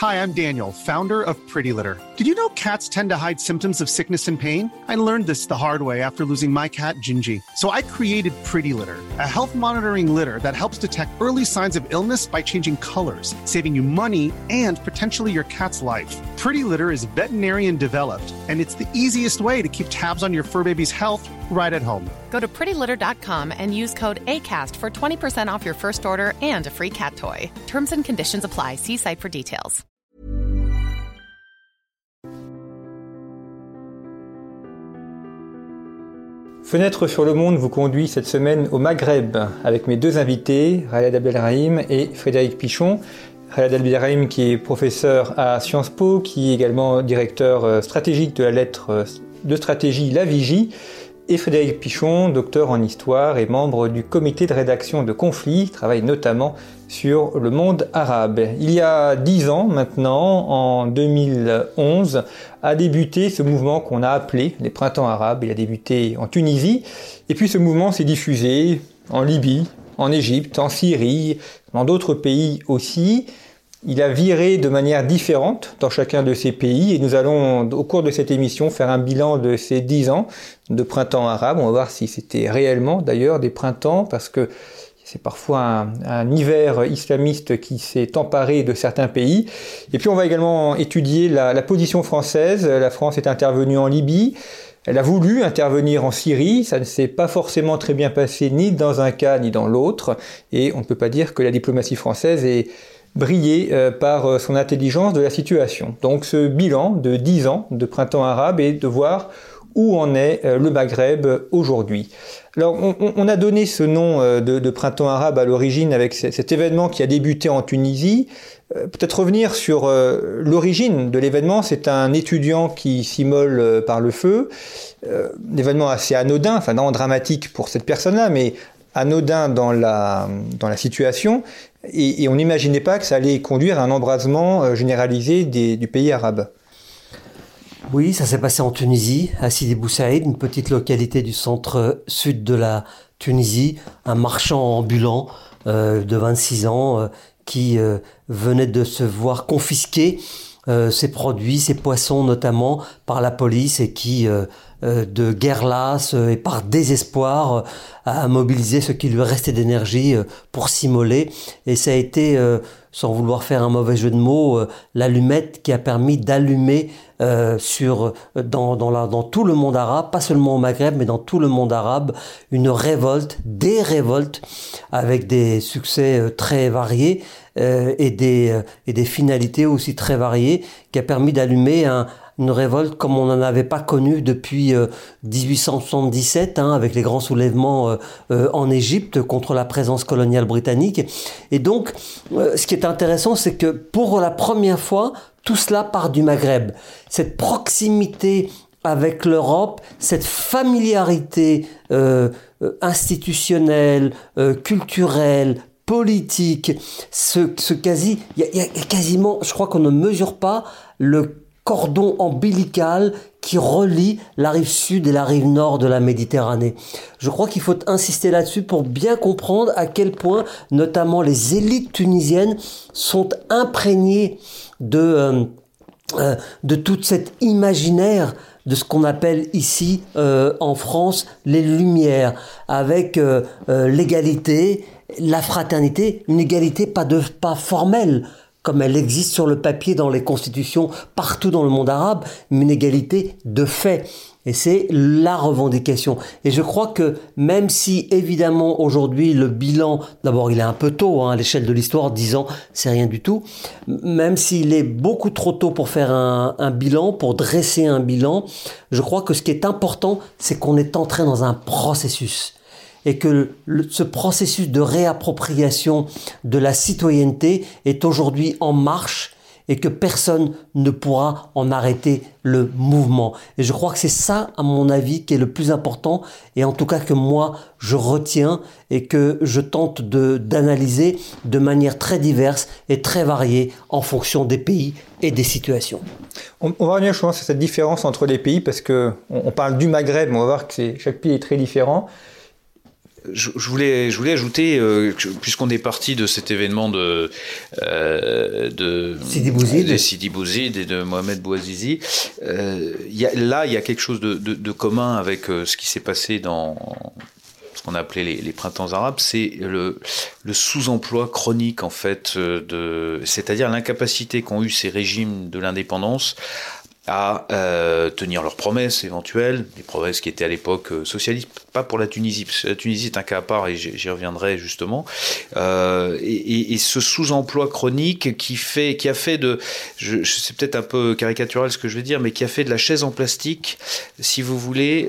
Hi, I'm Daniel, founder of Pretty Litter. Did you know cats tend to hide symptoms of sickness and pain? I learned this the hard way after losing my cat, Gingy. So I created Pretty Litter, a health monitoring litter that helps detect early signs of illness by changing colors, saving you money and potentially your cat's life. Pretty Litter is veterinarian developed, and it's the easiest way to keep tabs on your fur baby's health right at home. Go to prettylitter.com and use code ACAST for 20% off your first order and a free cat toy. Terms and conditions apply. See site for details. Fenêtre sur le monde vous conduit cette semaine au Maghreb avec mes deux invités, Rayad Abdelrahim et Frédéric Pichon. Rayad Abdelrahim qui est professeur à Sciences Po, qui est également directeur stratégique de la lettre de stratégie La Vigie, et Frédéric Pichon, docteur en histoire et membre du comité de rédaction de Conflits, travaille notamment sur le monde arabe. Il y a 10 ans maintenant, en 2011, a débuté ce mouvement qu'on a appelé les Printemps arabes. Il a débuté en Tunisie, et puis ce mouvement s'est diffusé en Libye, en Égypte, en Syrie, dans d'autres pays aussi. Il a viré de manière différente dans chacun de ces pays, et nous allons, au cours de cette émission, faire un bilan de ces 10 ans de printemps arabe. On va voir si c'était réellement, d'ailleurs, des printemps, parce que c'est parfois un hiver islamiste qui s'est emparé de certains pays. Et puis on va également étudier la position française. La France est intervenue en Libye. Elle a voulu intervenir en Syrie, ça ne s'est pas forcément très bien passé ni dans un cas ni dans l'autre, et on ne peut pas dire que la diplomatie française ait brillé par son intelligence de la situation. Donc ce bilan de 10 ans de printemps arabe est de voir où en est le Maghreb aujourd'hui. Alors on a donné ce nom de printemps arabe à l'origine avec cet événement qui a débuté en Tunisie. Peut-être revenir sur l'origine de l'événement. C'est un étudiant qui s'immole par le feu. Un événement assez anodin, enfin non dramatique pour cette personne-là, mais anodin dans la situation. Et on n'imaginait pas que ça allait conduire à un embrasement généralisé du pays arabe. Oui, ça s'est passé en Tunisie, à Sidi Bou Saïd, une petite localité du centre-sud de la Tunisie, un marchand ambulant de 26 ans qui venait de se voir confisquer ses produits, ses poissons notamment, par la police, et qui, de guerre lasse et par désespoir, a mobilisé ce qui lui restait d'énergie pour s'immoler. Et ça a été, sans vouloir faire un mauvais jeu de mots, l'allumette qui a permis d'allumer dans tout le monde arabe, pas seulement au Maghreb, mais dans tout le monde arabe, une révolte, des révoltes, avec des succès très variés et des finalités aussi très variées, qui a permis d'allumer une révolte comme on n'en avait pas connu depuis 1877, avec les grands soulèvements en Égypte contre la présence coloniale britannique. Et donc, ce qui est intéressant, c'est que pour la première fois, tout cela part du Maghreb. Cette proximité avec l'Europe, cette familiarité institutionnelle, culturelle, politique, il y a quasiment, je crois qu'on ne mesure pas le cordon ombilical qui relie la rive sud et la rive nord de la Méditerranée. Je crois qu'il faut insister là-dessus pour bien comprendre à quel point, notamment les élites tunisiennes, sont imprégnées de toute cet imaginaire de ce qu'on appelle ici en France les Lumières, avec l'égalité, la fraternité, une égalité pas formelle, comme elle existe sur le papier dans les constitutions partout dans le monde arabe, mais une égalité de fait. Et c'est la revendication. Et je crois que même si, évidemment, aujourd'hui, le bilan, d'abord, il est un peu tôt, à l'échelle de l'histoire, 10 ans, c'est rien du tout. Même s'il est beaucoup trop tôt pour faire un bilan, pour dresser un bilan, je crois que ce qui est important, c'est qu'on est entré dans un processus. Et que ce processus de réappropriation de la citoyenneté est aujourd'hui en marche, et que personne ne pourra en arrêter le mouvement. Et je crois que c'est ça, à mon avis, qui est le plus important, et en tout cas que moi, je retiens et que je tente d'analyser de manière très diverse et très variée en fonction des pays et des situations. On va revenir, je pense, sur cette différence entre les pays, parce qu'on parle du Maghreb, mais on va voir que chaque pays est très différent. Je voulais ajouter, puisqu'on est parti de cet événement de Sidi Bouzid et de Mohamed Bouazizi, il y a quelque chose de commun avec ce qui s'est passé dans ce qu'on a appelé les printemps arabes, c'est le sous-emploi chronique, en fait, c'est-à-dire l'incapacité qu'ont eu ces régimes de l'indépendance à tenir leurs promesses éventuelles, des promesses qui étaient à l'époque socialistes, pas pour la Tunisie, parce que la Tunisie est un cas à part et j'y reviendrai justement, et ce sous-emploi chronique qui a fait de, c'est peut-être un peu caricatural ce que je vais dire, mais qui a fait de la chaise en plastique, si vous voulez,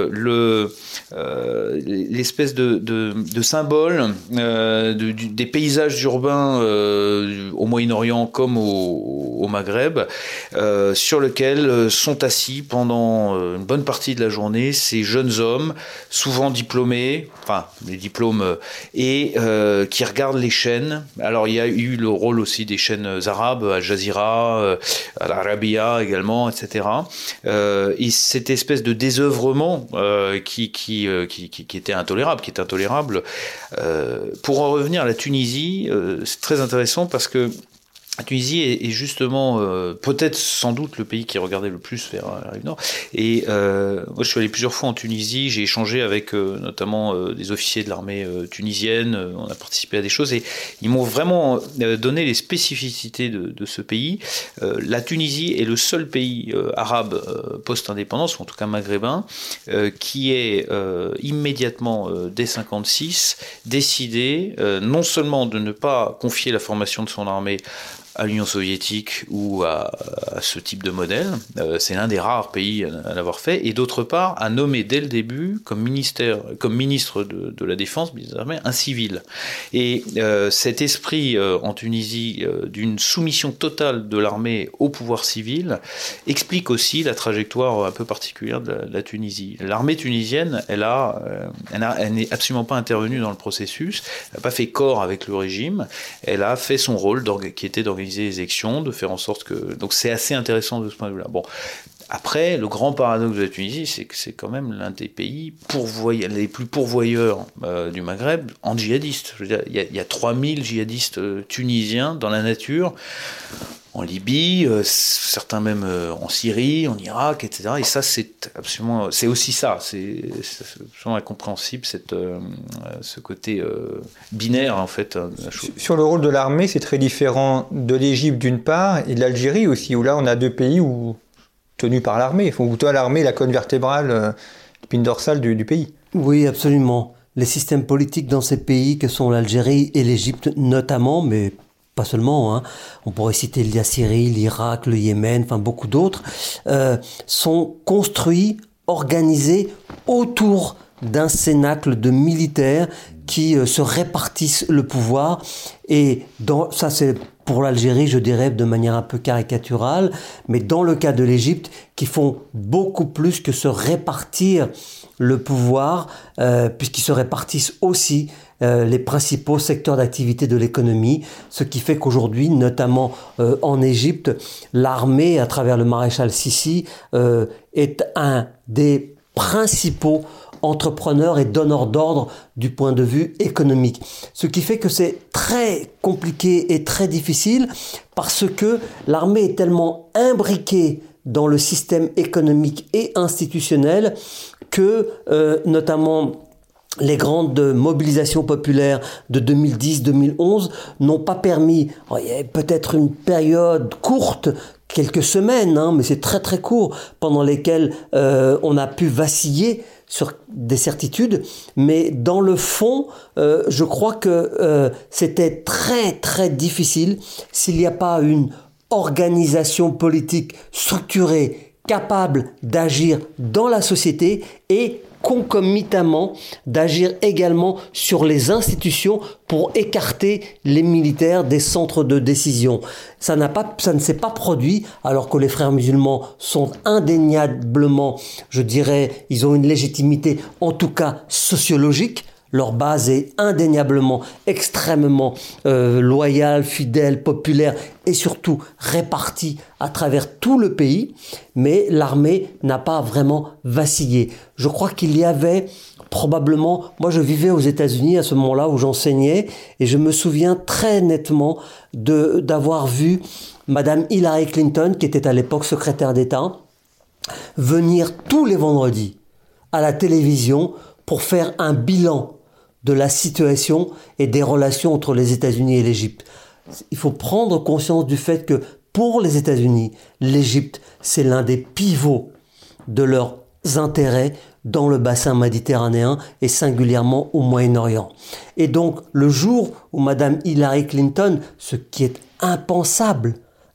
l'espèce de symbole des paysages urbains au Moyen-Orient comme au Maghreb, sur lequel sont assis pendant une bonne partie de la journée ces jeunes hommes, souvent diplômés, enfin les diplômes, et qui regardent les chaînes. Alors il y a eu le rôle aussi des chaînes arabes, Al Jazeera, Al Arabiya également, etc. Et cette espèce de désœuvrement qui était intolérable, pour en revenir à la Tunisie, c'est très intéressant parce que la Tunisie est justement peut-être sans doute le pays qui est regardé le plus vers la rive nord. Et moi, je suis allé plusieurs fois en Tunisie. J'ai échangé avec notamment des officiers de l'armée tunisienne. On a participé à des choses et ils m'ont vraiment donné les spécificités de ce pays. La Tunisie est le seul pays arabe post-indépendance, ou en tout cas maghrébin, qui est immédiatement dès 1956 décidé non seulement de ne pas confier la formation de son armée à l'Union soviétique ou à ce type de modèle, c'est l'un des rares pays à l'avoir fait, et d'autre part à nommer dès le début comme ministre de la Défense, des Armées, un civil. Et cet esprit en Tunisie d'une soumission totale de l'armée au pouvoir civil explique aussi la trajectoire un peu particulière de la Tunisie. L'armée tunisienne, elle n'est absolument pas intervenue dans le processus, elle n'a pas fait corps avec le régime, elle a fait son rôle qui était d'organiser les élections, de faire en sorte que... Donc c'est assez intéressant de ce point de vue-là. Bon, après, le grand paradoxe de la Tunisie, c'est que c'est quand même l'un des pays les plus pourvoyeurs du Maghreb en djihadistes. Je veux dire, il y a 3000 djihadistes tunisiens dans la nature, en Libye, certains même en Syrie, en Irak, etc. Et ça, c'est aussi ça. C'est absolument incompréhensible, ce côté binaire, en fait. Sur le rôle de l'armée, c'est très différent de l'Égypte d'une part et de l'Algérie aussi, où là, on a deux pays tenus par l'armée. Où toi, l'armée est la colonne vertébrale, l'épine dorsale du pays. Oui, absolument. Les systèmes politiques dans ces pays que sont l'Algérie et l'Égypte notamment, mais pas seulement, hein. On pourrait citer la Syrie, l'Irak, le Yémen, enfin beaucoup d'autres, sont construits, organisés autour d'un cénacle de militaires qui se répartissent le pouvoir. Et ça, c'est pour l'Algérie, je dirais, de manière un peu caricaturale, mais dans le cas de l'Égypte, qui font beaucoup plus que se répartir le pouvoir, puisqu'ils se répartissent aussi les principaux secteurs d'activité de l'économie, ce qui fait qu'aujourd'hui, notamment en Égypte, l'armée, à travers le maréchal Sissi, est un des principaux entrepreneurs et donneurs d'ordre du point de vue économique. Ce qui fait que c'est très compliqué et très difficile parce que l'armée est tellement imbriquée dans le système économique et institutionnel que notamment les grandes mobilisations populaires de 2010-2011 n'ont pas permis, il y a peut-être une période courte, quelques semaines, mais c'est très très court, pendant lesquelles on a pu vaciller sur des certitudes, mais dans le fond, je crois que c'était très très difficile s'il n'y a pas une organisation politique structurée, capable d'agir dans la société et concomitamment d'agir également sur les institutions pour écarter les militaires des centres de décision. Ça ne s'est pas produit alors que les frères musulmans sont indéniablement, je dirais, ils ont une légitimité en tout cas sociologique. Leur base est indéniablement extrêmement loyale, fidèle, populaire et surtout répartie à travers tout le pays. Mais l'armée n'a pas vraiment vacillé. Je crois qu'il y avait probablement, moi je vivais aux États-Unis à ce moment-là où j'enseignais, et je me souviens très nettement d'avoir vu Madame Hillary Clinton, qui était à l'époque secrétaire d'État, venir tous les vendredis à la télévision pour faire un bilan de la situation et des relations entre les États-Unis et l'Égypte. Il faut prendre conscience du fait que pour les États-Unis, l'Égypte, c'est l'un des pivots de leurs intérêts dans le bassin méditerranéen et singulièrement au Moyen-Orient. Et donc, le jour où Madame Hillary Clinton, ce qui est impensable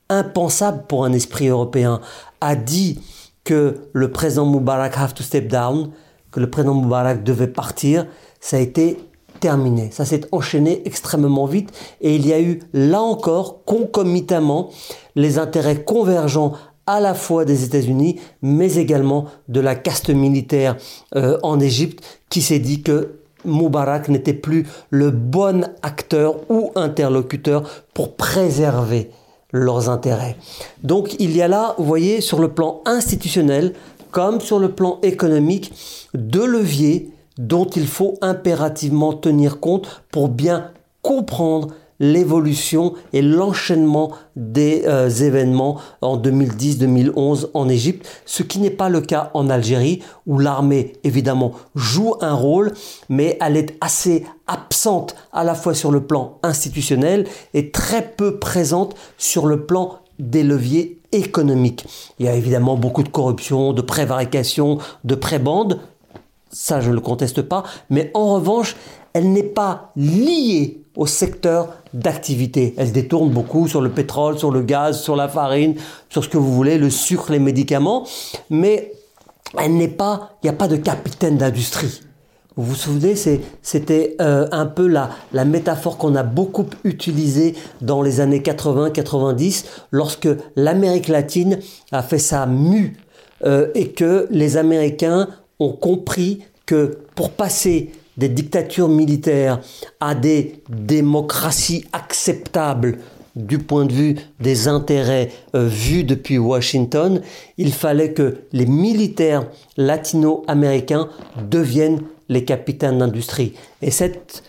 pour un esprit européen, a dit que le président Moubarak have to step down, que le président Moubarak devait partir, ça a été terminé. Ça s'est enchaîné extrêmement vite et il y a eu là encore concomitamment les intérêts convergents à la fois des États-Unis mais également de la caste militaire en Égypte qui s'est dit que Moubarak n'était plus le bon acteur ou interlocuteur pour préserver leurs intérêts. Donc il y a là, vous voyez, sur le plan institutionnel comme sur le plan économique, deux leviers dont il faut impérativement tenir compte pour bien comprendre l'évolution et l'enchaînement des événements en 2010-2011 en Égypte, ce qui n'est pas le cas en Algérie, où l'armée, évidemment, joue un rôle, mais elle est assez absente à la fois sur le plan institutionnel et très peu présente sur le plan des leviers économiques. Il y a évidemment beaucoup de corruption, de prévarication, de prébande, ça je ne le conteste pas, mais en revanche, elle n'est pas liée au secteur d'activité. Elle se détourne beaucoup sur le pétrole, sur le gaz, sur la farine, sur ce que vous voulez, le sucre, les médicaments, mais elle n'est pas, il n'y a pas de capitaine d'industrie. Vous vous souvenez, c'était un peu la métaphore qu'on a beaucoup utilisée dans les années 80-90 lorsque l'Amérique latine a fait sa mue et que les Américains ont compris que pour passer des dictatures militaires à des démocraties acceptables du point de vue des intérêts vus depuis Washington, il fallait que les militaires latino-américains deviennent les capitaines d'industrie. Et cet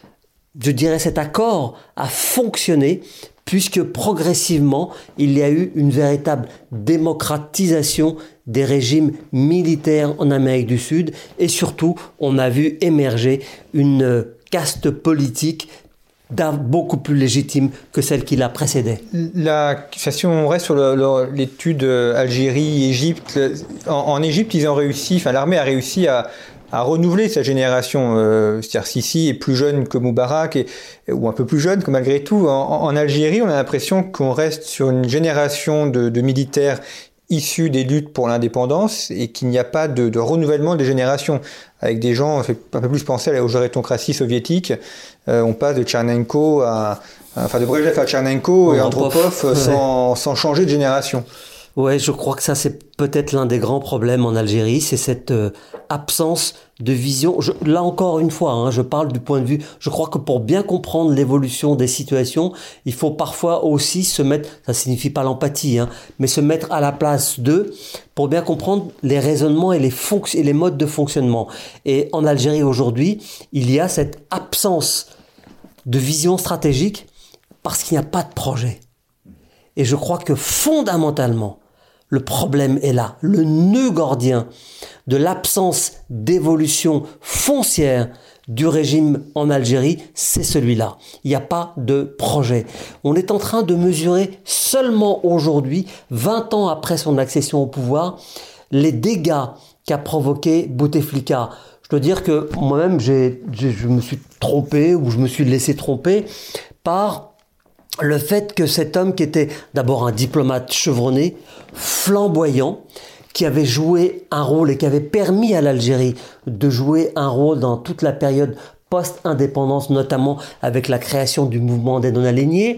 accord a fonctionné puisque progressivement, il y a eu une véritable démocratisation des régimes militaires en Amérique du Sud et surtout, on a vu émerger une caste politique beaucoup plus légitime que celle qui la précédait. Si on reste sur l'étude Algérie-Égypte, en Égypte, ils ont réussi, l'armée a réussi à renouveler sa génération. C'est-à-dire Sisi est plus jeune que Moubarak, ou un peu plus jeune que malgré tout. En Algérie, on a l'impression qu'on reste sur une génération de militaires issus des luttes pour l'indépendance et qu'il n'y a pas de renouvellement des générations. Avec des gens, on fait un peu plus penser aux gérontocraties soviétiques. On passe de Tchernenko de Brejnev à Tchernenko et Andropov sans changer de génération. Ouais, je crois que ça c'est peut-être l'un des grands problèmes en Algérie, c'est cette absence de vision. Là encore une fois, je parle du point de vue. Je crois que pour bien comprendre l'évolution des situations, il faut parfois aussi se mettre. Ça signifie pas l'empathie, mais se mettre à la place d'eux pour bien comprendre les raisonnements et les modes de fonctionnement. Et en Algérie aujourd'hui, il y a cette absence de vision stratégique parce qu'il n'y a pas de projet. Et je crois que fondamentalement, le problème est là. Le nœud gordien de l'absence d'évolution foncière du régime en Algérie, c'est celui-là. Il n'y a pas de projet. On est en train de mesurer seulement aujourd'hui, 20 ans après son accession au pouvoir, les dégâts qu'a provoqué Bouteflika. Je dois dire que moi-même, je me suis trompé ou je me suis laissé tromper par le fait que cet homme qui était d'abord un diplomate chevronné, flamboyant, qui avait joué un rôle et qui avait permis à l'Algérie de jouer un rôle dans toute la période post-indépendance, notamment avec la création du mouvement des non-alignés,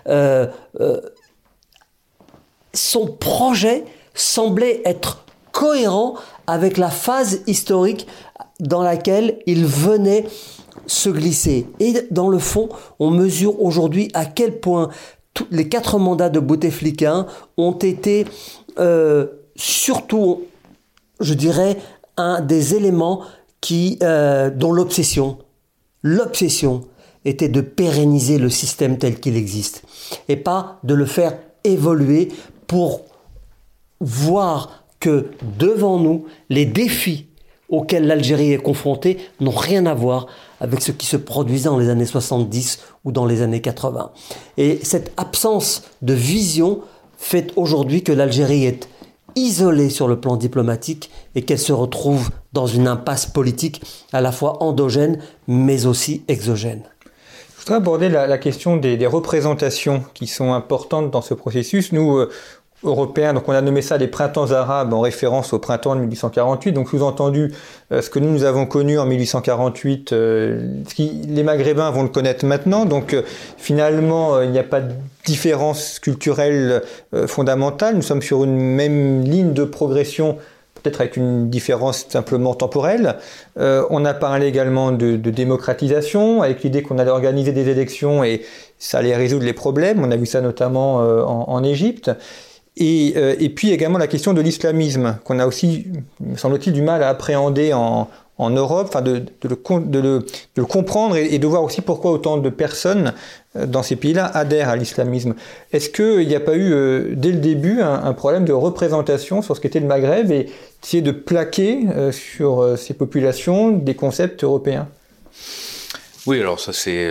son projet semblait être cohérent avec la phase historique dans laquelle il venait se glisser. Et dans le fond, on mesure aujourd'hui à quel point les 4 mandats de Bouteflika ont été surtout, je dirais, un des éléments dont l'obsession était de pérenniser le système tel qu'il existe et pas de le faire évoluer pour voir que devant nous, les défis auxquels l'Algérie est confrontée n'ont rien à voir avec ce qui se produisait dans les années 70 ou dans les années 80. Et cette absence de vision fait aujourd'hui que l'Algérie est isolée sur le plan diplomatique et qu'elle se retrouve dans une impasse politique à la fois endogène mais aussi exogène. Je voudrais aborder la question des représentations qui sont importantes dans ce processus. Nous, Européens, donc on a nommé ça les printemps arabes en référence au printemps de 1848, donc sous-entendu ce que nous avons connu en 1848, les Maghrébins vont le connaître maintenant, donc finalement il n'y a pas de différence culturelle fondamentale, nous sommes sur une même ligne de progression, peut-être avec une différence simplement temporelle. On a parlé également de démocratisation, avec l'idée qu'on allait organiser des élections et ça allait résoudre les problèmes, on a vu ça notamment en Égypte. Et puis également la question de l'islamisme, qu'on a aussi, me semble-t-il, du mal à appréhender en Europe, enfin de le comprendre et de voir aussi pourquoi autant de personnes dans ces pays-là adhèrent à l'islamisme. Est-ce qu'il n'y a pas eu, dès le début, un problème de représentation sur ce qu'était le Maghreb et essayer de plaquer sur ces populations des concepts européens ? Oui, alors ça c'est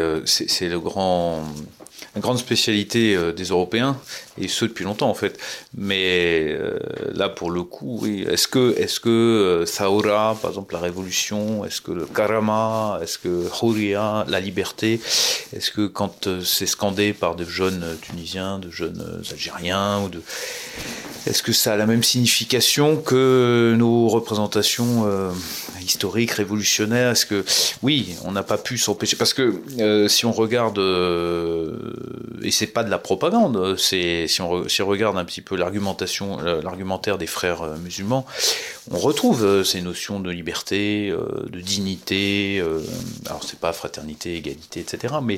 la grande spécialité des Européens, et ce depuis longtemps en fait. Mais là pour le coup, oui. Est-ce que Thaoura, par exemple la révolution, est-ce que le Karama, est-ce que Houria, la liberté, est-ce que quand c'est scandé par de jeunes Tunisiens, de jeunes Algériens, est-ce que ça a la même signification que nos représentations historiques, révolutionnaires ? Est-ce que oui, on n'a pas pu s'empêcher, parce que si on regarde, et c'est pas de la propagande, si on regarde un petit peu l'argumentaire des frères musulmans, on retrouve ces notions de liberté, de dignité, alors c'est pas fraternité, égalité, etc. Mais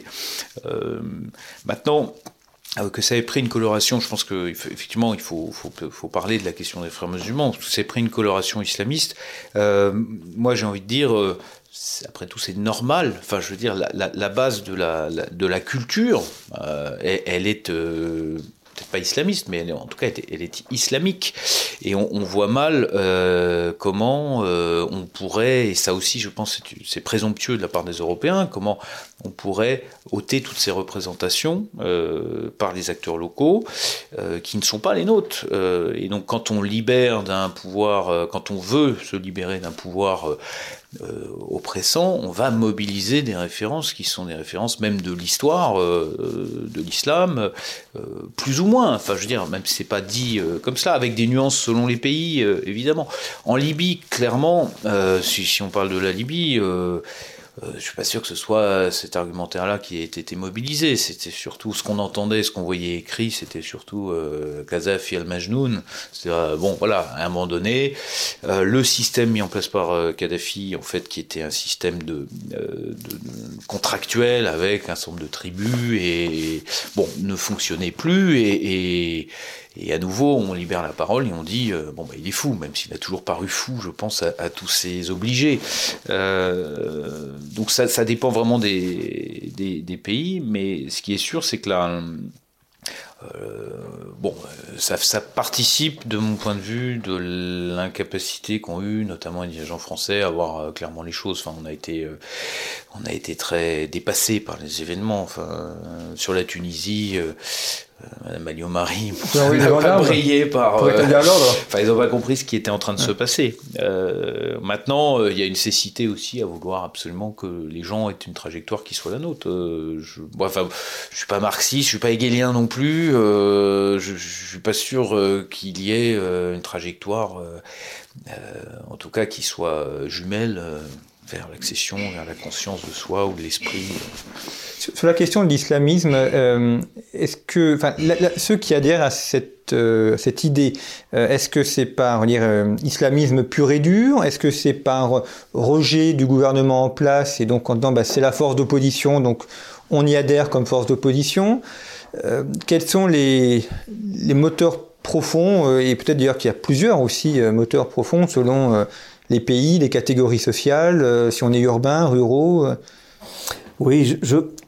maintenant que ça ait pris une coloration, je pense qu'effectivement il faut parler de la question des frères musulmans, parce que ça ait pris une coloration islamiste. Moi j'ai envie de dire, après tout c'est normal, enfin je veux dire la base de la culture, elle est peut-être pas islamiste, mais en tout cas elle est islamique, et on voit mal comment on pourrait, et ça aussi je pense c'est présomptueux de la part des Européens, comment on pourrait ôter toutes ces représentations par les acteurs locaux qui ne sont pas les nôtres. Et donc quand on libère d'un pouvoir, quand on veut se libérer d'un pouvoir oppressant, on va mobiliser des références qui sont des références même de l'histoire de l'islam, plus ou moins, enfin je veux dire, même si c'est pas dit comme cela, avec des nuances selon les pays, évidemment. En Libye, clairement, si on parle de la Libye, je suis pas sûr que ce soit cet argumentaire-là qui ait été mobilisé. C'était surtout ce qu'on entendait, ce qu'on voyait écrit, c'était surtout Kadhafi al-Majnoun. C'est-à-dire, bon, voilà, à un moment donné, le système mis en place par Kadhafi, en fait, qui était un système de contractuel avec un certain nombre de tribus, et bon, ne fonctionnait plus, et à nouveau, on libère la parole et on dit il est fou, même s'il a toujours paru fou, je pense, à tous ses obligés. Donc ça dépend vraiment des pays, mais ce qui est sûr, c'est que là, ça participe, de mon point de vue, de l'incapacité qu'ont eu notamment les dirigeants français à voir clairement les choses. Enfin, on a été très dépassés par les événements. Enfin, sur la Tunisie, Madame Alliot-Marie n'a pas brillé par... ils n'ont pas compris ce qui était en train de se passer. Maintenant, il y a une cécité aussi à vouloir absolument que les gens aient une trajectoire qui soit la nôtre. Je suis pas marxiste, je suis pas hegelien non plus. Je suis pas sûr qu'il y ait une trajectoire, en tout cas qui soit jumelle vers l'accession, vers la conscience de soi ou de l'esprit. Sur la question de l'islamisme, est-ce que, ceux qui adhèrent à cette idée, est-ce que c'est par islamisme pur et dur? Est-ce que c'est par rejet du gouvernement en place et donc en disant c'est la force d'opposition, donc on y adhère comme force d'opposition? Quels sont les moteurs profonds, et peut-être d'ailleurs qu'il y a plusieurs aussi moteurs profonds selon les pays, les catégories sociales, si on est urbain, ruraux. Oui,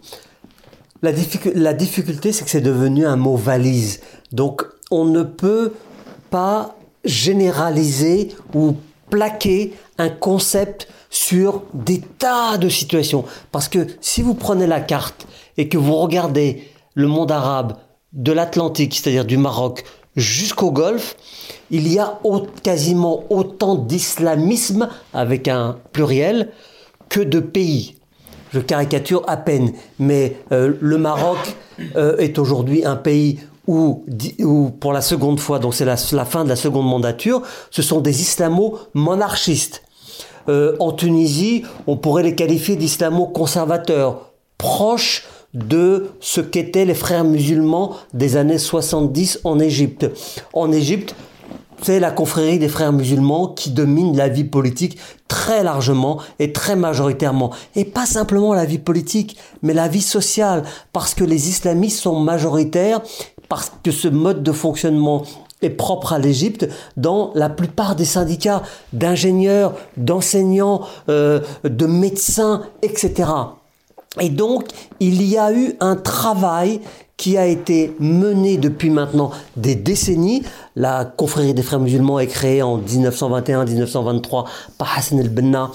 la difficulté, c'est que c'est devenu un mot valise. Donc, on ne peut pas généraliser ou plaquer un concept sur des tas de situations. Parce que si vous prenez la carte et que vous regardez le monde arabe de l'Atlantique, c'est-à-dire du Maroc, jusqu'au Golfe, il y a quasiment autant d'islamisme, avec un pluriel, que de pays. Je caricature à peine, mais le Maroc est aujourd'hui un pays où pour la seconde fois, donc c'est la fin de la seconde mandature, ce sont des islamo-monarchistes. En Tunisie, on pourrait les qualifier d'islamo-conservateurs, proches de ce qu'étaient les frères musulmans des années 70 en Égypte. En Égypte, c'est la confrérie des frères musulmans qui domine la vie politique très largement et très majoritairement. Et pas simplement la vie politique, mais la vie sociale, parce que les islamistes sont majoritaires, parce que ce mode de fonctionnement est propre à l'Égypte dans la plupart des syndicats d'ingénieurs, d'enseignants, de médecins, etc. Et donc, il y a eu un travail qui a été mené depuis maintenant des décennies. La confrérie des frères musulmans est créée en 1921-1923 par Hassan el-Benna,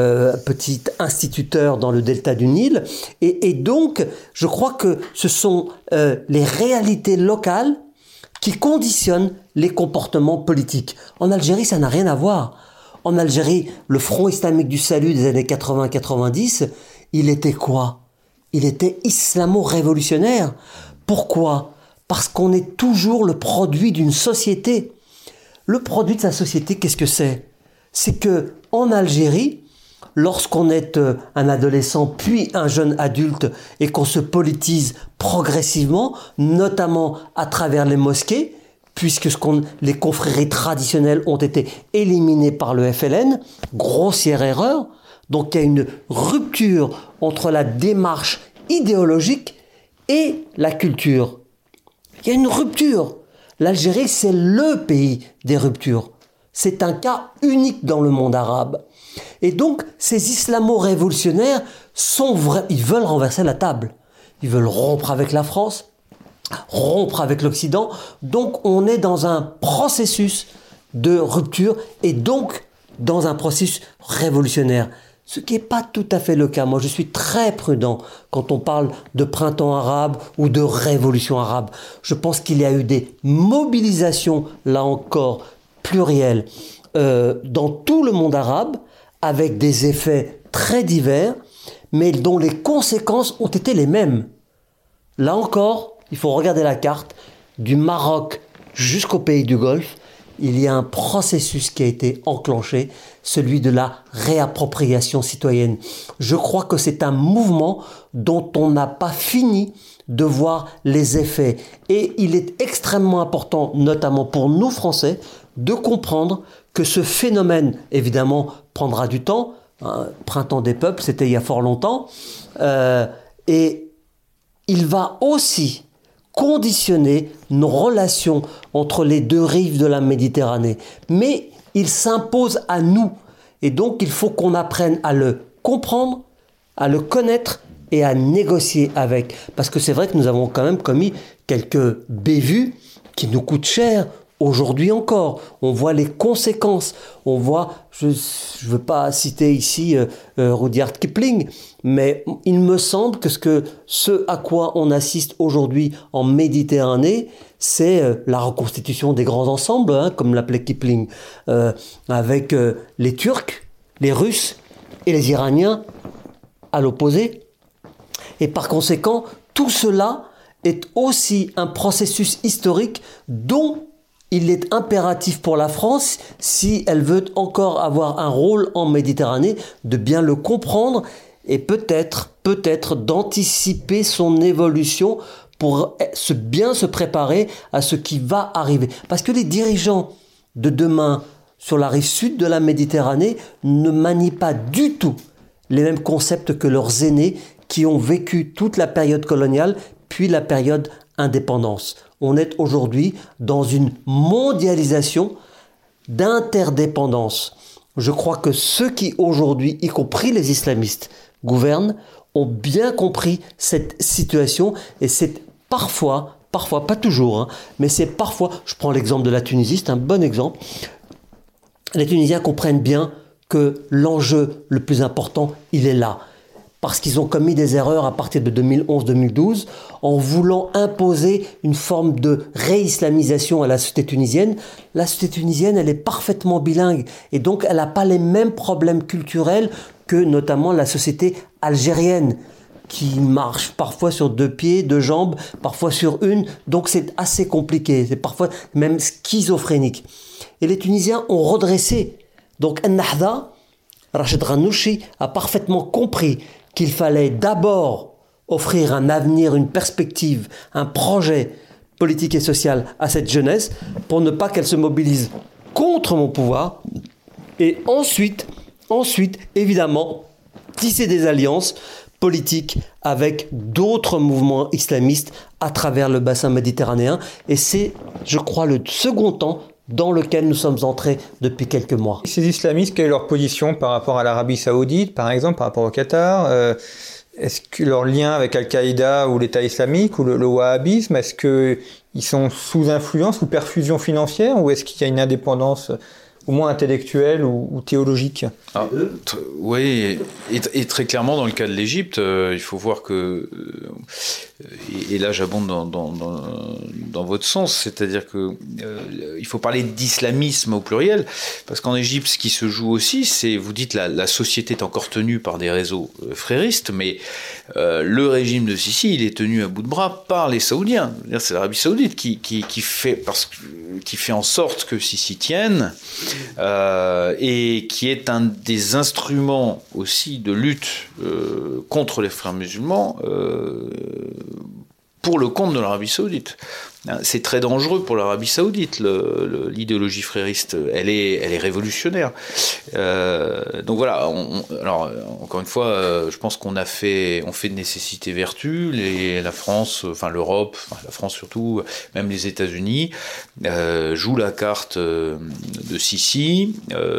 petit instituteur dans le delta du Nil. Et donc, je crois que ce sont les réalités locales qui conditionnent les comportements politiques. En Algérie, ça n'a rien à voir. En Algérie, le Front islamique du salut des années 80-90, il était quoi ? Il était islamo-révolutionnaire. Pourquoi ? Parce qu'on est toujours le produit d'une société. Le produit de sa société, qu'est-ce que c'est ? C'est que en Algérie, lorsqu'on est un adolescent puis un jeune adulte et qu'on se politise progressivement, notamment à travers les mosquées, puisque les confréries traditionnelles ont été éliminées par le FLN, grossière erreur. Donc il y a une rupture entre la démarche idéologique et la culture. Il y a une rupture. L'Algérie, c'est le pays des ruptures. C'est un cas unique dans le monde arabe. Et donc, ces islamo-révolutionnaires sont vrais. Ils veulent renverser la table. Ils veulent rompre avec la France, rompre avec l'Occident. Donc, on est dans un processus de rupture et donc dans un processus révolutionnaire. Ce qui n'est pas tout à fait le cas. Moi, je suis très prudent quand on parle de printemps arabe ou de révolution arabe. Je pense qu'il y a eu des mobilisations, là encore, plurielles, dans tout le monde arabe, avec des effets très divers, mais dont les conséquences ont été les mêmes. Là encore, il faut regarder la carte, du Maroc jusqu'au pays du Golfe, il y a un processus qui a été enclenché, celui de la réappropriation citoyenne. Je crois que c'est un mouvement dont on n'a pas fini de voir les effets. Et il est extrêmement important, notamment pour nous Français, de comprendre que ce phénomène, évidemment, prendra du temps. Printemps des peuples, c'était il y a fort longtemps. Et il va aussi conditionner nos relations entre les deux rives de la Méditerranée. Mais il s'impose à nous. Et donc, il faut qu'on apprenne à le comprendre, à le connaître et à négocier avec. Parce que c'est vrai que nous avons quand même commis quelques bévues qui nous coûtent cher. Aujourd'hui encore, on voit les conséquences. On voit, je ne veux pas citer ici Rudyard Kipling, mais il me semble que ce à quoi on assiste aujourd'hui en Méditerranée, c'est la reconstitution des grands ensembles, comme l'appelait Kipling, avec les Turcs, les Russes et les Iraniens à l'opposé. Et par conséquent, tout cela est aussi un processus historique dont il est impératif pour la France, si elle veut encore avoir un rôle en Méditerranée, de bien le comprendre et peut-être d'anticiper son évolution pour bien se préparer à ce qui va arriver. Parce que les dirigeants de demain sur la rive sud de la Méditerranée ne manient pas du tout les mêmes concepts que leurs aînés qui ont vécu toute la période coloniale puis la période indépendance. On est aujourd'hui dans une mondialisation d'interdépendance. Je crois que ceux qui aujourd'hui, y compris les islamistes, gouvernent, ont bien compris cette situation et c'est parfois, pas toujours, mais c'est parfois, je prends l'exemple de la Tunisie, c'est un bon exemple, les Tunisiens comprennent bien que l'enjeu le plus important, il est là. Parce qu'ils ont commis des erreurs à partir de 2011-2012 en voulant imposer une forme de réislamisation à la société tunisienne. La société tunisienne, elle est parfaitement bilingue et donc elle n'a pas les mêmes problèmes culturels que notamment la société algérienne qui marche parfois sur 2 pieds, 2 jambes, parfois sur une. Donc c'est assez compliqué, c'est parfois même schizophrénique. Et les Tunisiens ont redressé. Donc Ennahda, Rachid Ghannouchi a parfaitement compris qu'il fallait d'abord offrir un avenir, une perspective, un projet politique et social à cette jeunesse pour ne pas qu'elle se mobilise contre mon pouvoir et ensuite, évidemment, tisser des alliances politiques avec d'autres mouvements islamistes à travers le bassin méditerranéen. Et c'est, je crois, le second temps dans lequel nous sommes entrés depuis quelques mois. Ces islamistes, quelle est leur position par rapport à l'Arabie Saoudite, par exemple, par rapport au Qatar Est-ce que leur lien avec Al-Qaïda ou l'État islamique ou le wahhabisme, est-ce qu'ils sont sous influence ou perfusion financière ou est-ce qu'il y a une indépendance au moins intellectuelle ou théologique? Oui, et très clairement dans le cas de l'Égypte, il faut voir que, et là j'abonde dans votre sens, c'est-à-dire que il faut parler d'islamisme au pluriel, parce qu'en Égypte ce qui se joue aussi, c'est, vous dites la société est encore tenue par des réseaux fréristes, mais le régime de Sisi, il est tenu à bout de bras par les Saoudiens. C'est l'Arabie Saoudite qui fait en sorte que Sisi tienne, et qui est un des instruments aussi de lutte contre les frères musulmans pour le compte de l'Arabie Saoudite. C'est très dangereux pour l'Arabie Saoudite, l'idéologie frériste, elle est révolutionnaire. Donc voilà, alors encore une fois, je pense on fait de nécessité vertu, la France, enfin l'Europe, la France surtout, même les États-Unis, jouent la carte de Sisi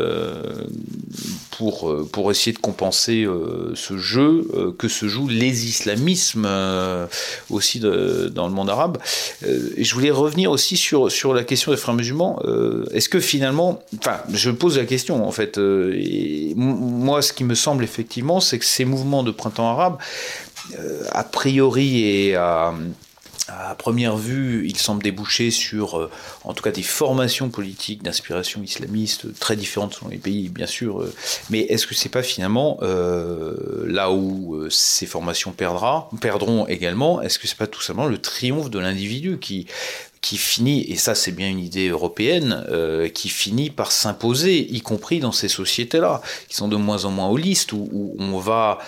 pour essayer de compenser ce jeu que se jouent les islamismes aussi dans le monde arabe. Et je voulais revenir aussi sur la question des frères musulmans. Est-ce que finalement, enfin, je pose la question en fait. Et moi, ce qui me semble effectivement, c'est que ces mouvements de printemps arabe, a priori et à première vue, il semble déboucher sur, en tout cas, des formations politiques d'inspiration islamiste très différentes selon les pays, bien sûr. Mais est-ce que c'est pas finalement là où ces formations perdront également, est-ce que c'est pas tout simplement le triomphe de l'individu qui finit, et ça c'est bien une idée européenne, qui finit par s'imposer, y compris dans ces sociétés-là, qui sont de moins en moins holistes, où on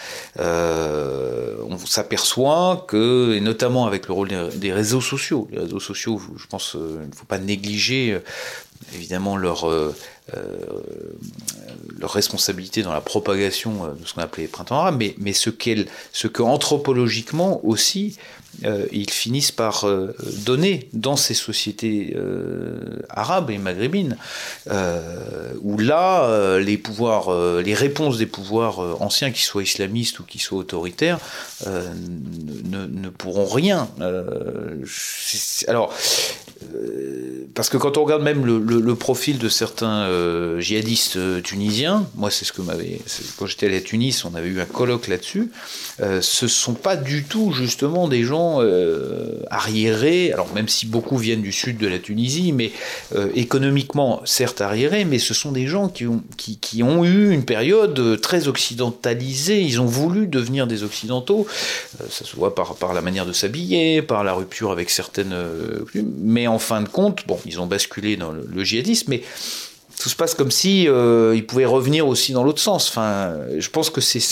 s'aperçoit que, et notamment avec le rôle des réseaux sociaux, les réseaux sociaux, je pense qu'il ne faut pas négliger évidemment leur responsabilité dans la propagation de ce qu'on appelait les printemps arabes, mais ce que anthropologiquement aussi ils finissent par donner dans ces sociétés arabes et maghrébines, où là les réponses des pouvoirs anciens, qu'ils soient islamistes ou qu'ils soient autoritaires, ne pourront rien. Parce que quand on regarde même le profil de certains djihadistes tunisiens, moi c'est ce que quand j'étais allé à Tunis, on avait eu un colloque là-dessus, ce sont pas du tout justement des gens arriérés, alors même si beaucoup viennent du sud de la Tunisie, mais économiquement certes arriérés, mais ce sont des gens qui ont eu une période très occidentalisée, ils ont voulu devenir des occidentaux, ça se voit par la manière de s'habiller, par la rupture avec certaines mais en fin de compte, bon, ils ont basculé dans le djihadisme, mais tout se passe comme si ils pouvaient revenir aussi dans l'autre sens. Enfin, je pense que c'est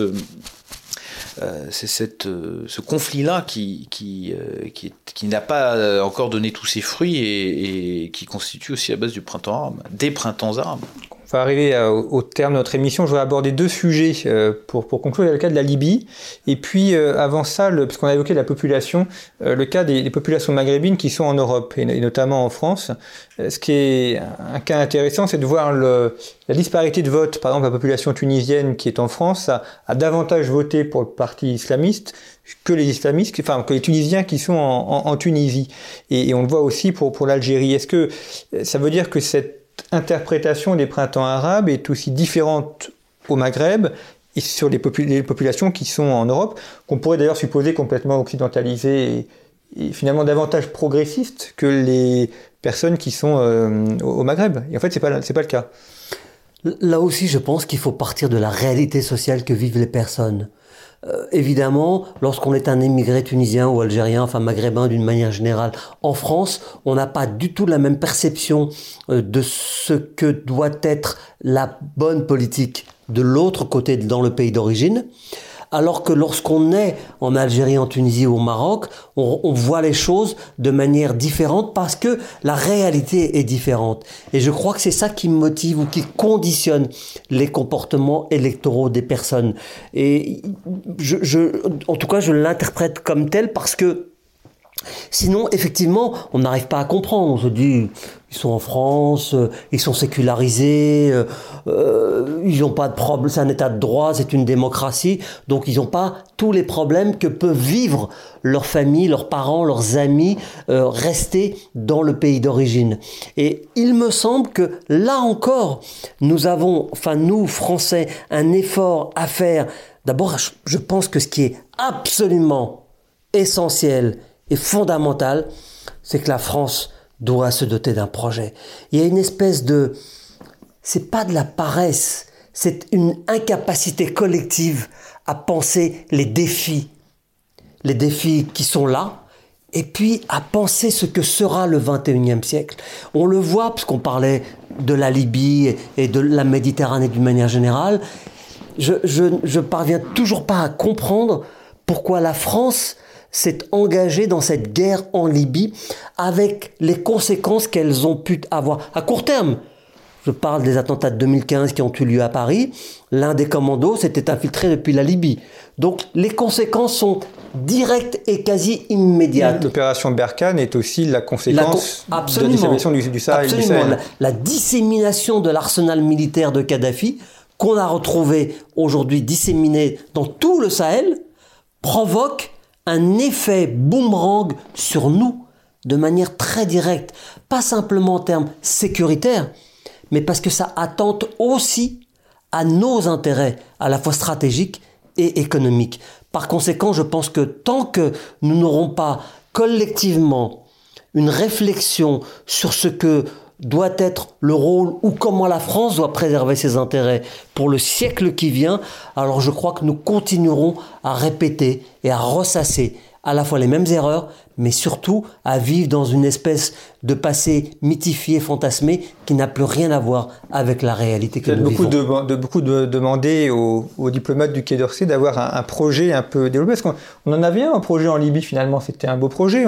ce conflit-là qui n'a pas encore donné tous ses fruits et qui constitue aussi la base du printemps arabe, des printemps arabes. va arriver au terme de notre émission. Je voudrais aborder 2 sujets pour conclure. Il y a le cas de la Libye. Et puis, avant ça, puisqu'on a évoqué la population, le cas des populations maghrébines qui sont en Europe, et notamment en France. Ce qui est un cas intéressant, c'est de voir la disparité de vote. Par exemple, la population tunisienne qui est en France a davantage voté pour le parti islamiste que les islamistes, enfin que les Tunisiens qui sont en Tunisie. Et on le voit aussi pour l'Algérie. Est-ce que ça veut dire que cette interprétation des printemps arabes est aussi différente au Maghreb et sur les populations qui sont en Europe, qu'on pourrait d'ailleurs supposer complètement occidentalisées et finalement davantage progressistes que les personnes qui sont au Maghreb? Et en fait, c'est pas le cas. Là aussi, je pense qu'il faut partir de la réalité sociale que vivent les personnes. Évidemment, lorsqu'on est un émigré tunisien ou algérien, enfin maghrébin d'une manière générale, en France, on n'a pas du tout la même perception de ce que doit être la bonne politique de l'autre côté dans le pays d'origine. Alors que lorsqu'on est en Algérie, en Tunisie ou au Maroc, on voit les choses de manière différente parce que la réalité est différente. Et je crois que c'est ça qui motive ou qui conditionne les comportements électoraux des personnes. Et en tout cas, je l'interprète comme tel parce que sinon, effectivement, on n'arrive pas à comprendre. On se dit, ils sont en France, ils sont sécularisés, ils n'ont pas de problème, c'est un état de droit, c'est une démocratie. Donc, ils n'ont pas tous les problèmes que peuvent vivre leurs familles, leurs parents, leurs amis, restés dans le pays d'origine. Et il me semble que là encore, nous avons, enfin nous, Français, un effort à faire. D'abord, je pense que ce qui est absolument essentiel et fondamental, c'est que la France doit se doter d'un projet. Il y a une espèce de... c'est pas de la paresse, c'est une incapacité collective à penser les défis qui sont là, et puis à penser ce que sera le 21e siècle. On le voit, parce qu'on parlait de la Libye et de la Méditerranée d'une manière générale, je parviens toujours pas à comprendre pourquoi la France s'est engagée dans cette guerre en Libye avec les conséquences qu'elles ont pu avoir à court terme. Je parle des attentats de 2015 qui ont eu lieu à Paris. L'un des commandos s'était infiltré depuis la Libye. Donc les conséquences sont directes et quasi immédiates. L'opération Barkhane est aussi la conséquence de la disparition du Sahel. Absolument. La dissémination de l'arsenal militaire de Kadhafi, qu'on a retrouvé aujourd'hui disséminé dans tout le Sahel, provoque un effet boomerang sur nous de manière très directe, pas simplement en termes sécuritaires, mais parce que ça attente aussi à nos intérêts, à la fois stratégiques et économiques. Par conséquent, je pense que tant que nous n'aurons pas collectivement une réflexion sur ce que doit être le rôle ou comment la France doit préserver ses intérêts pour le siècle qui vient, alors je crois que nous continuerons à répéter et à ressasser à la fois les mêmes erreurs, mais surtout à vivre dans une espèce de passé mythifié, fantasmé, qui n'a plus rien à voir avec la réalité que nous vivons. Beaucoup de demander aux diplomates du Quai d'Orsay d'avoir un projet un peu développé, parce qu'on en avait un projet en Libye finalement, c'était un beau projet.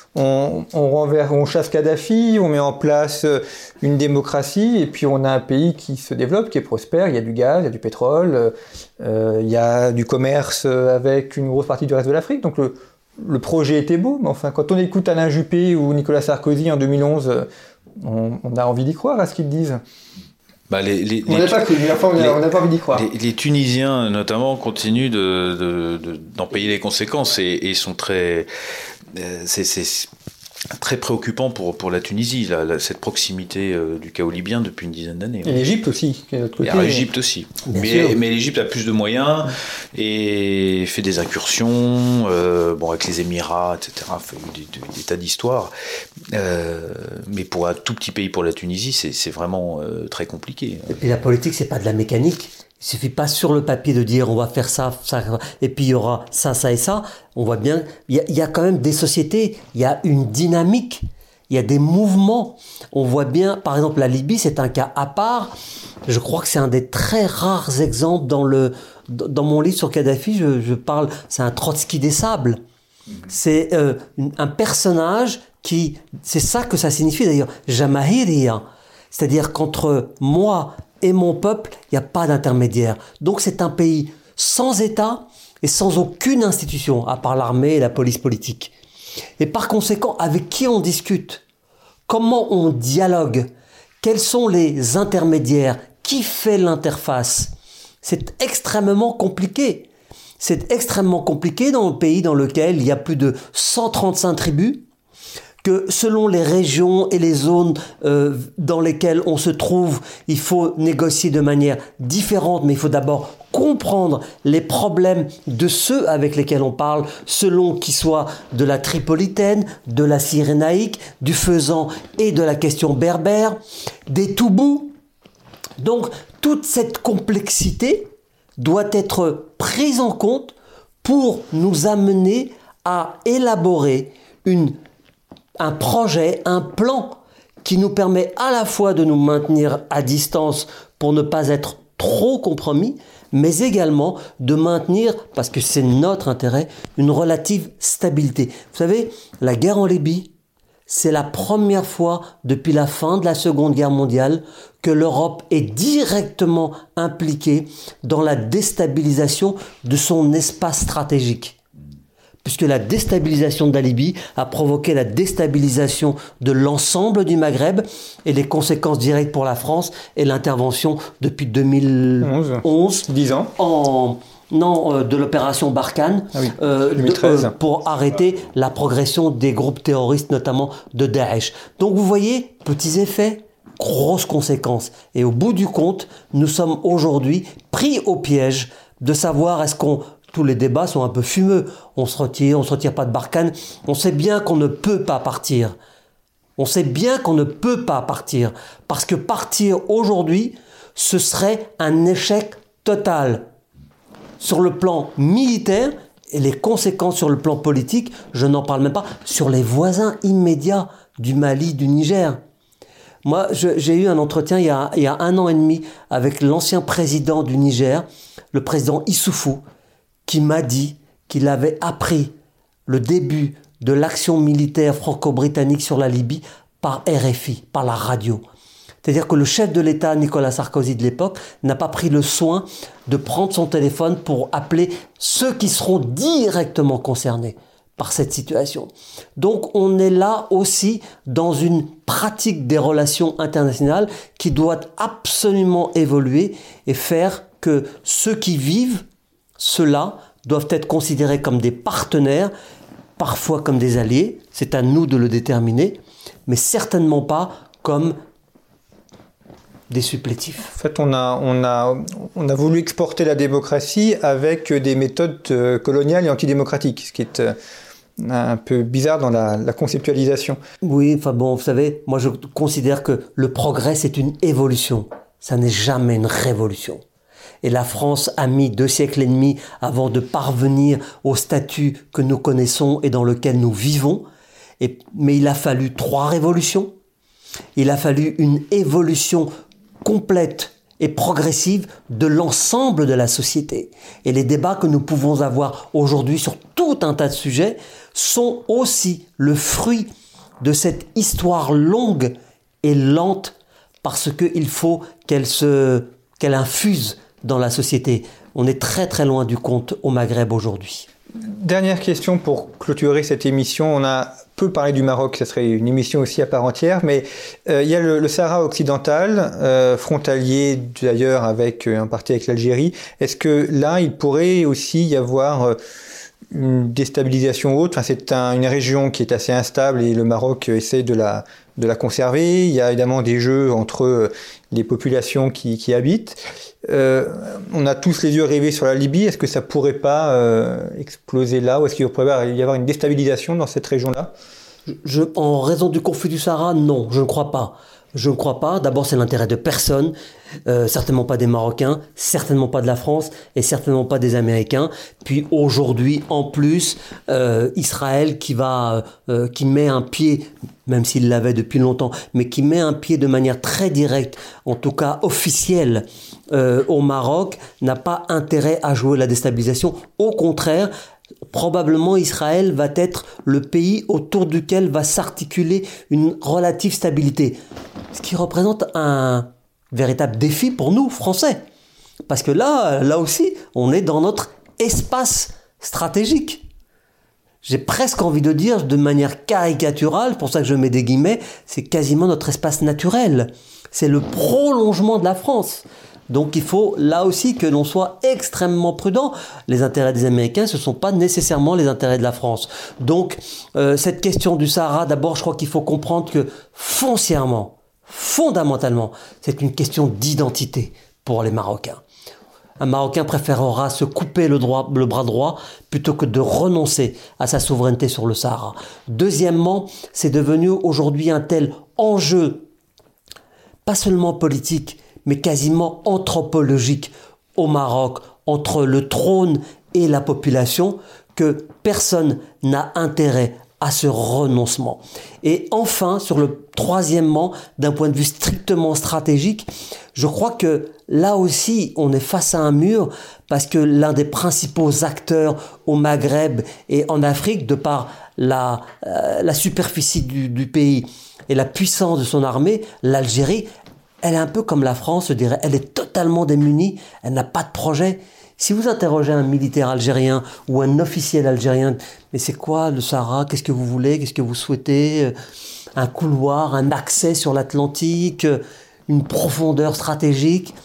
On chasse Kadhafi, on met en place une démocratie, et puis on a un pays qui se développe, qui est prospère, il y a du gaz, il y a du pétrole, il y a du commerce avec une grosse partie du reste de l'Afrique, donc le projet était beau, mais enfin, quand on écoute Alain Juppé ou Nicolas Sarkozy en 2011, on a envie d'y croire à ce qu'ils disent. On n'a pas envie d'y croire. Les Tunisiens, notamment, continuent d'en payer les conséquences et sont très... C'est très préoccupant pour la Tunisie, cette proximité du chaos libyen depuis une dizaine d'années. Et l'Égypte aussi, qui est de l'autre côté. Et l'Égypte aussi. Mais l'Égypte a plus de moyens et fait des incursions, avec les Émirats, etc. Fait des tas d'histoires. Mais pour un tout petit pays, pour la Tunisie, c'est vraiment très compliqué. Et puis la politique, c'est pas de la mécanique. Il suffit pas sur le papier de dire on va faire ça, et puis il y aura ça, ça et ça. On voit bien, il y a quand même des sociétés, il y a une dynamique, il y a des mouvements. On voit bien, par exemple, la Libye, c'est un cas à part. Je crois que c'est un des très rares exemples dans mon livre sur Kadhafi. Je parle, c'est un Trotsky des sables. C'est un personnage qui, c'est ça que ça signifie d'ailleurs, Jamahiriya. C'est-à-dire qu'entre moi et mon peuple, il n'y a pas d'intermédiaire. Donc c'est un pays sans État et sans aucune institution, à part l'armée et la police politique. Et par conséquent, avec qui on discute? Comment on dialogue? Quels sont les intermédiaires? Qui fait l'interface? C'est extrêmement compliqué. C'est extrêmement compliqué dans le pays dans lequel il y a plus de 135 tribus, que selon les régions et les zones dans lesquelles on se trouve, il faut négocier de manière différente, mais il faut d'abord comprendre les problèmes de ceux avec lesquels on parle, selon qu'ils soient de la tripolitaine, de la cyrénaïque, du faisan et de la question berbère, des toubous. Donc, toute cette complexité doit être prise en compte pour nous amener à élaborer un projet, un plan qui nous permet à la fois de nous maintenir à distance pour ne pas être trop compromis, mais également de maintenir, parce que c'est notre intérêt, une relative stabilité. Vous savez, la guerre en Libye, c'est la première fois depuis la fin de la Seconde Guerre mondiale que l'Europe est directement impliquée dans la déstabilisation de son espace stratégique. Puisque la déstabilisation de la Libye a provoqué la déstabilisation de l'ensemble du Maghreb et les conséquences directes pour la France et l'intervention depuis 2011 10 ans. De l'opération Barkhane 2013. pour arrêter la progression des groupes terroristes, notamment de Daesh. Donc vous voyez, petits effets, grosses conséquences. Et au bout du compte, nous sommes aujourd'hui pris au piège de savoir tous les débats sont un peu fumeux. On se retire pas de Barkhane. On sait bien qu'on ne peut pas partir. Parce que partir aujourd'hui, ce serait un échec total. Sur le plan militaire, et les conséquences sur le plan politique, je n'en parle même pas, sur les voisins immédiats du Mali, du Niger. Moi, j'ai eu un entretien il y a 1 an et demi avec l'ancien président du Niger, le président Issoufou, qui m'a dit qu'il avait appris le début de l'action militaire franco-britannique sur la Libye par RFI, par la radio. C'est-à-dire que le chef de l'État, Nicolas Sarkozy de l'époque, n'a pas pris le soin de prendre son téléphone pour appeler ceux qui seront directement concernés par cette situation. Donc on est là aussi dans une pratique des relations internationales qui doit absolument évoluer et faire que ceux qui vivent ceux-là doivent être considérés comme des partenaires, parfois comme des alliés, c'est à nous de le déterminer, mais certainement pas comme des supplétifs. En fait, on a voulu exporter la démocratie avec des méthodes coloniales et antidémocratiques, ce qui est un peu bizarre dans la conceptualisation. Oui, vous savez, moi je considère que le progrès c'est une évolution, ça n'est jamais une révolution. Et la France a mis 2 siècles et demi avant de parvenir au statut que nous connaissons et dans lequel nous vivons. Mais il a fallu 3 révolutions. Il a fallu une évolution complète et progressive de l'ensemble de la société. Et les débats que nous pouvons avoir aujourd'hui sur tout un tas de sujets sont aussi le fruit de cette histoire longue et lente parce qu'il faut qu'elle infuse dans la société. On est très très loin du compte au Maghreb aujourd'hui. Dernière question pour clôturer cette émission. On a peu parlé du Maroc, ça serait une émission aussi à part entière, mais il y a le Sahara occidental, frontalier d'ailleurs en partie avec l'Algérie. Est-ce que là, il pourrait aussi y avoir une déstabilisation haute? C'est une région qui est assez instable et le Maroc essaie de la conserver. Il y a évidemment des jeux entre les populations qui y habitent. On a tous les yeux rivés sur la Libye. Est-ce que ça pourrait pas exploser là, ou est-ce qu'il pourrait y avoir une déstabilisation dans cette région-là? En raison du conflit du Sahara, non, je ne crois pas. Je ne crois pas. D'abord, c'est l'intérêt de personne, certainement pas des Marocains, certainement pas de la France et certainement pas des Américains. Puis aujourd'hui, en plus, Israël qui met un pied, même s'il l'avait depuis longtemps, mais qui met un pied de manière très directe, en tout cas officielle, au Maroc, n'a pas intérêt à jouer la déstabilisation. Au contraire, probablement Israël va être le pays autour duquel va s'articuler une relative stabilité. Ce qui représente un véritable défi pour nous, Français. Parce que là aussi, on est dans notre espace stratégique. J'ai presque envie de dire, de manière caricaturale, c'est pour ça que je mets des guillemets, c'est quasiment notre espace naturel. C'est le prolongement de la France. Donc il faut là aussi que l'on soit extrêmement prudent. Les intérêts des Américains, ce ne sont pas nécessairement les intérêts de la France. Donc cette question du Sahara, d'abord je crois qu'il faut comprendre que foncièrement, fondamentalement, c'est une question d'identité pour les Marocains. Un Marocain préférera se couper le bras droit plutôt que de renoncer à sa souveraineté sur le Sahara. Deuxièmement, c'est devenu aujourd'hui un tel enjeu, pas seulement politique, mais quasiment anthropologique au Maroc, entre le trône et la population, que personne n'a intérêt à ce renoncement. Et enfin, sur le troisièmement, d'un point de vue strictement stratégique, je crois que là aussi, on est face à un mur parce que l'un des principaux acteurs au Maghreb et en Afrique, de par la superficie du pays et la puissance de son armée, l'Algérie, elle est un peu comme la France, je dirais, elle est totalement démunie, elle n'a pas de projet. Si vous interrogez un militaire algérien ou un officiel algérien, mais c'est quoi le Sahara? Qu'est-ce que vous voulez? Qu'est-ce que vous souhaitez? Un couloir, un accès sur l'Atlantique, une profondeur stratégique?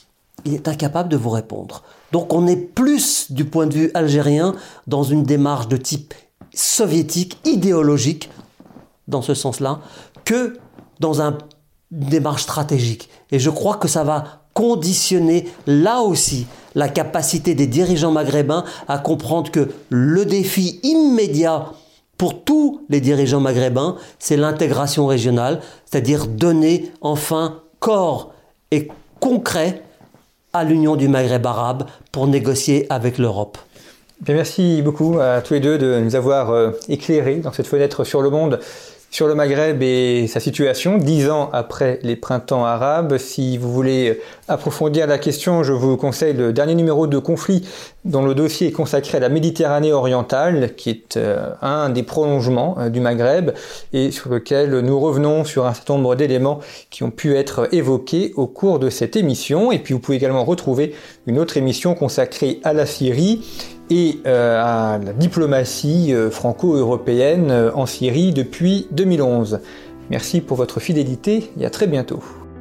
Il est incapable de vous répondre. Donc on est plus, du point de vue algérien, dans une démarche de type soviétique, idéologique, dans ce sens-là, que dans une démarche stratégique. Et je crois que ça va conditionner là aussi la capacité des dirigeants maghrébins à comprendre que le défi immédiat pour tous les dirigeants maghrébins, c'est l'intégration régionale, c'est-à-dire donner enfin corps et concret à l'union du Maghreb arabe pour négocier avec l'Europe. Bien, merci beaucoup à tous les deux de nous avoir éclairés dans cette fenêtre sur le monde, sur le Maghreb et sa situation, 10 ans après les printemps arabes. Si vous voulez approfondir la question, je vous conseille le dernier numéro de Conflit, dont le dossier est consacré à la Méditerranée orientale, qui est un des prolongements du Maghreb, et sur lequel nous revenons sur un certain nombre d'éléments qui ont pu être évoqués au cours de cette émission. Et puis vous pouvez également retrouver une autre émission consacrée à la Syrie et à la diplomatie franco-européenne en Syrie depuis 2011. Merci pour votre fidélité et à très bientôt.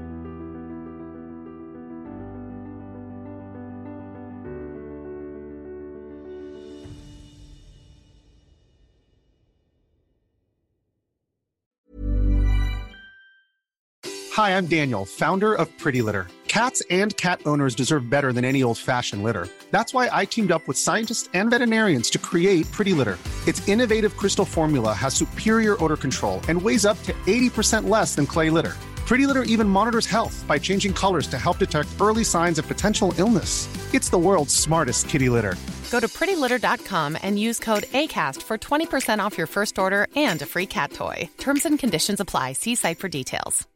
Hi, I'm Daniel, founder of Pretty Litter. Cats and cat owners deserve better than any old-fashioned litter. That's why I teamed up with scientists and veterinarians to create Pretty Litter. Its innovative crystal formula has superior odor control and weighs up to 80% less than clay litter. Pretty Litter even monitors health by changing colors to help detect early signs of potential illness. It's the world's smartest kitty litter. Go to prettylitter.com and use code ACAST for 20% off your first order and a free cat toy. Terms and conditions apply. See site for details.